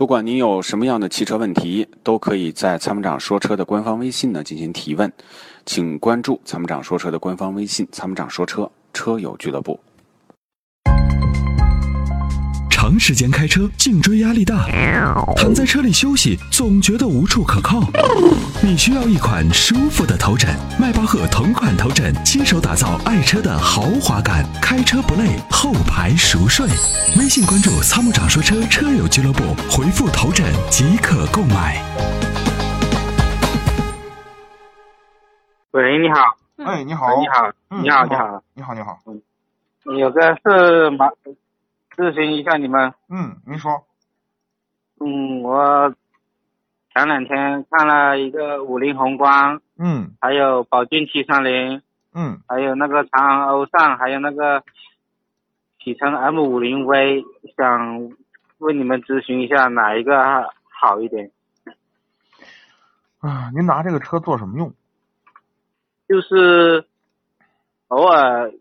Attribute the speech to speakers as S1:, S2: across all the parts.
S1: 不管您有什么样的汽车问题，都可以在参谋长说车的官方微信进行提问，请关注参谋长说车的官方微信参谋长说车车友俱乐部。
S2: 长时间开车，颈椎压力大，躺在车里休息，总觉得无处可靠。你需要一款舒服的头枕，迈巴赫同款头枕，亲手打造爱车的豪华感，开车不累，后排熟睡。微信关注参谋长说车车友俱乐部，回复头枕即可购买。
S3: 喂，你好。
S4: 哎，你好。
S3: 你好，你好，你好，
S4: 你好，你好。
S3: 有个事咨询一下你们。
S4: 您说。
S3: 我前两天看了一个50宏光，还有宝骏730，还有那个长安欧尚，还有那个启辰 M50V， 想问你们咨询一下哪一个好一点。
S4: 您拿这个车做什么用？
S3: 就是偶尔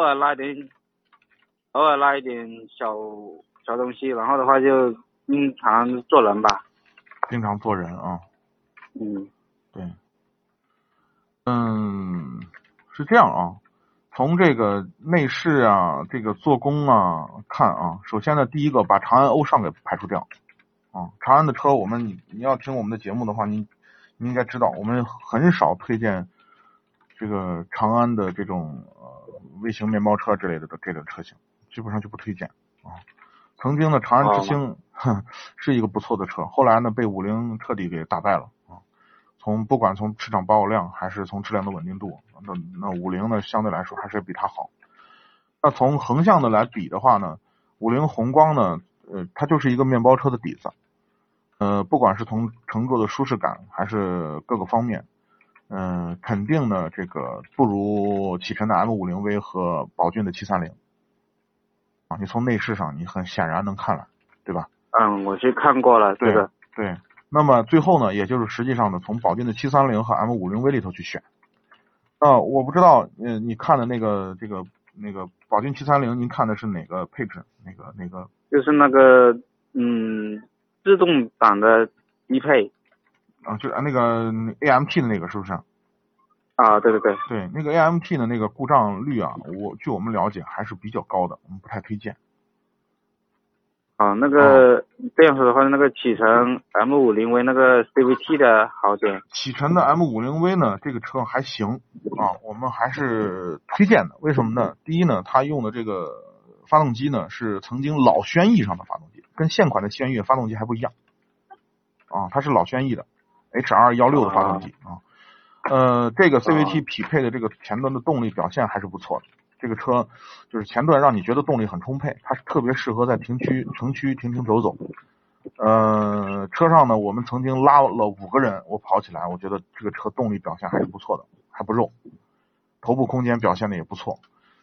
S3: 拉一点小东西，然后的话就经常做人吧。
S4: 经常做人啊。对。是这样啊。从这个内饰啊，这个做工啊看啊，首先呢，第一个把长安欧尚给排除掉啊。长安的车，你要听我们的节目的话，你应该知道，我们很少推荐这个长安的这种微型面包车之类的这类车型，基本上就不推荐啊。曾经的长安之星是一个不错的车，后来呢被50彻底给打败了啊。不管从市场保有量还是从质量的稳定度，那50呢相对来说还是比它好。那从横向的来比的话呢，50宏光呢它就是一个面包车的底子。不管是从乘坐的舒适感还是各个方面，肯定呢这个不如启辰的 M50V 和宝骏的730啊。你从内饰上你很显然能看来，对吧？
S3: 我去看过了。
S4: 对。那么最后呢，也就是实际上呢，从宝骏的730和 M50V 里头去选。我不知道，你看的那个宝骏730，您看的是哪个配置？那个
S3: 就是那个自动挡的低配。
S4: 就是那个 AMT 的那个是不是？
S3: 对。
S4: 对，那个 AMT 的那个故障率啊，据我们了解还是比较高的，我们不太推荐。
S3: 那个这样说的话，那个启辰 M50V 那个 CVT 的好点。
S4: 启辰的 M50V 呢，这个车还行啊，我们还是推荐的。为什么呢？第一呢，它用的这个发动机呢是曾经老轩逸上的发动机，跟现款的轩逸发动机还不一样啊，它是老轩逸的 HR16的发动机啊。这个 CVT 匹配的这个前端的动力表现还是不错的。这个车就是前段让你觉得动力很充沛，它是特别适合在城区停走走。车上呢，我们曾经拉了5个人，我跑起来，我觉得这个车动力表现还是不错的，还不肉，头部空间表现的也不错。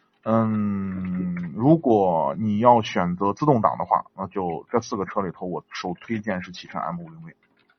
S4: 如果你要选择自动挡的话，那就这4个车里头，我首推荐是启辰 M50V。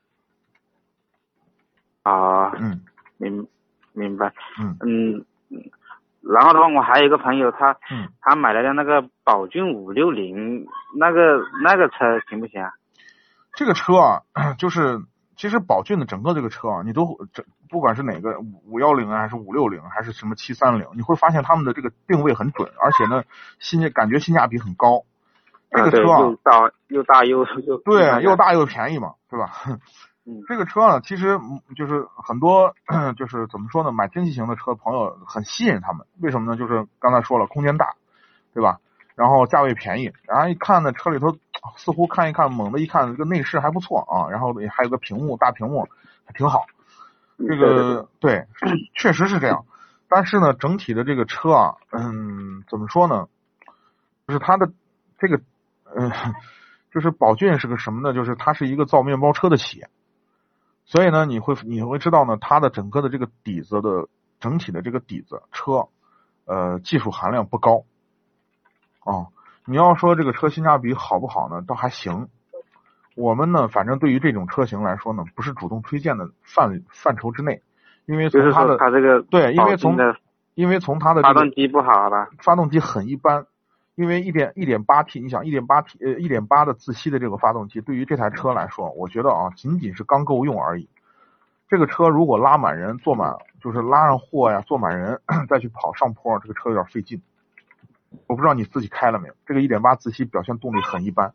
S3: 明白。然后的话，我还有一个朋友，他买了辆那个宝骏560，那个车行不行啊？
S4: 这个车啊，就是其实宝骏的整个这个车啊，你都不管是哪个510还是560还是什么730，你会发现他们的这个定位很准，而且呢感觉性价比很高。这个车啊，
S3: 又大又
S4: 对，又大又便宜嘛，对吧？这个车呢，其实就是很多就是怎么说呢，买经济型的车的朋友很吸引他们。为什么呢？就是刚才说了，空间大，对吧？然后价位便宜，然后一看呢，车里头似乎看一看，猛的一看，这个内饰还不错啊，然后还有个大屏幕，还挺好。这个对，确实是这样。但是呢，整体的这个车啊，怎么说呢？就是它的这个就是宝骏是个什么呢？就是它是一个造面包车的企业。所以呢，你会知道呢，它的整个的这个底子的整体的这个底子车，技术含量不高。你要说这个车性价比好不好呢？倒还行。我们呢，反正对于这种车型来说呢，不是主动推荐的范畴之内，因为从
S3: 它这个
S4: 对，因为从它的
S3: 发动机不好吧？
S4: 发动机很一般， 因为 1.8T， 你想 1.8 的自吸的这个发动机，对于这台车来说，我觉得啊，仅仅是刚够用而已。这个车如果拉满人，坐满，就是拉上货呀，坐满人再去跑上坡，这个车有点费劲。我不知道你自己开了没有？这个 1.8 自吸表现动力很一般。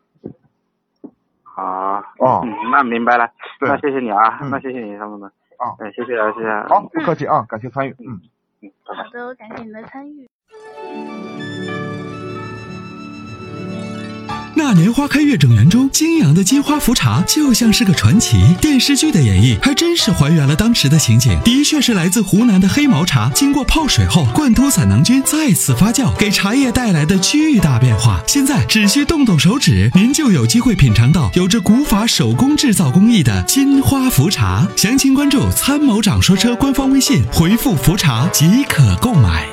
S3: 好，那明白了。那谢谢你啊，那谢谢你，他们的
S4: 啊，
S3: 谢谢啊，谢谢。
S4: 好，不客气啊，感谢参与。
S5: 好的，感谢你的参与。
S2: 那年花开月正圆中，泾阳的金花茯茶就像是个传奇。电视剧的演绎还真是还原了当时的情景，的确是来自湖南的黑毛茶，经过泡水后，灌脱散囊菌，再次发酵，给茶叶带来的巨大变化。现在只需动动手指，您就有机会品尝到有着古法手工制造工艺的金花茯茶。详情关注参谋长说车官方微信，回复茯茶即可购买。